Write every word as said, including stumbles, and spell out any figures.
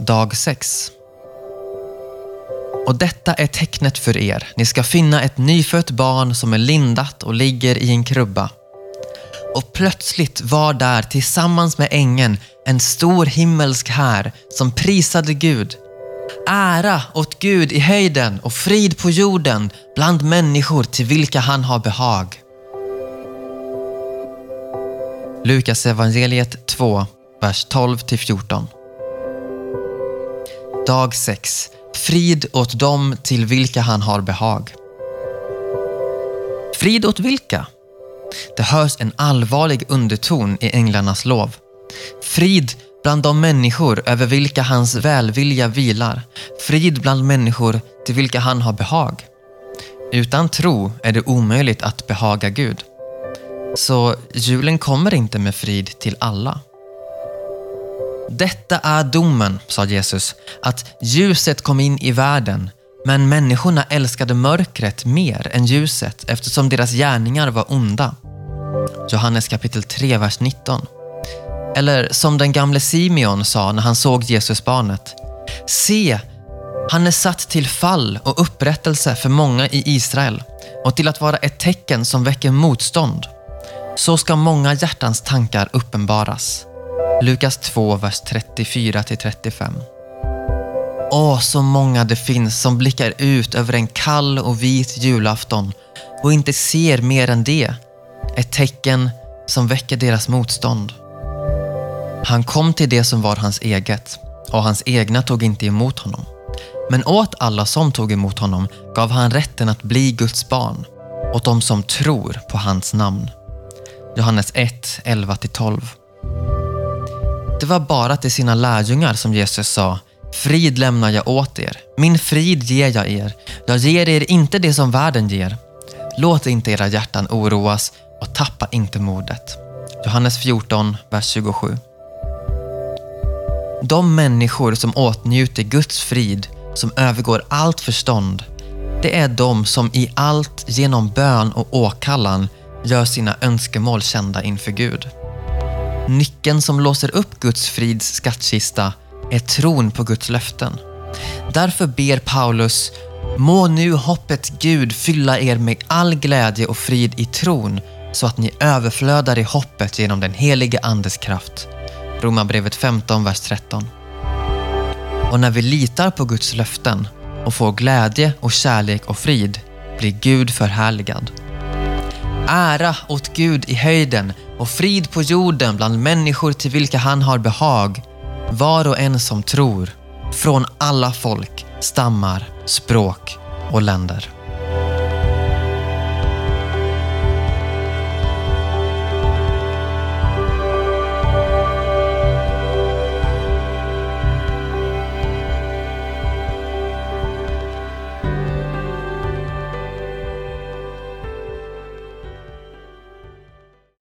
Dag sex. Och detta är tecknet för er. Ni ska finna ett nyfött barn som är lindat och ligger i en krubba. Och plötsligt var där tillsammans med ängeln en stor himmelsk här som prisade Gud. Ära åt Gud i höjden och frid på jorden bland människor till vilka han har behag. Lukas evangeliet två, vers tolv till fjorton. Dag sex. Frid åt dem till vilka han har behag. Frid åt vilka? Det hörs en allvarlig underton i änglarnas lov. Frid bland de människor över vilka hans välvilja vilar. Frid bland människor till vilka han har behag. Utan tro är det omöjligt att behaga Gud. Så julen kommer inte med frid till alla. Detta är domen, sa Jesus, att ljuset kom in i världen, men människorna älskade mörkret mer än ljuset eftersom deras gärningar var onda. Johannes kapitel tre, vers nitton. Eller som den gamle Simeon sa när han såg Jesusbarnet: se, han är satt till fall och upprättelse för många i Israel och till att vara ett tecken som väcker motstånd. Så ska många hjärtans tankar uppenbaras. Lukas två, vers trettiofyra till trettiofem. Åh, så många det finns som blickar ut över en kall och vit julafton och inte ser mer än det. Ett tecken som väcker deras motstånd. Han kom till det som var hans eget, och hans egna tog inte emot honom. Men åt alla som tog emot honom gav han rätten att bli Guds barn, åt de som tror på hans namn. Johannes ett, elva till tolv. Det var bara till sina lärjungar som Jesus sa: frid lämnar jag åt er, min frid ger jag er. Jag ger er inte det som världen ger. Låt inte era hjärtan oroas och tappa inte modet. Johannes fjorton, vers tjugosju. De människor som åtnjuter Guds frid, som övergår allt förstånd, det är de som i allt genom bön och åkallan gör sina önskemål kända inför Gud. Nyckeln som låser upp Guds frids skattkista är tron på Guds löften. Därför ber Paulus: må nu hoppet Gud fylla er med all glädje och frid i tron, så att ni överflödar i hoppet genom den helige andes kraft. Romarbrevet femton, vers tretton. Och när vi litar på Guds löften och får glädje och kärlek och frid, blir Gud förhärligad. Ära åt Gud i höjden och frid på jorden bland människor till vilka han har behag, var och en som tror, från alla folk, stammar, språk och länder.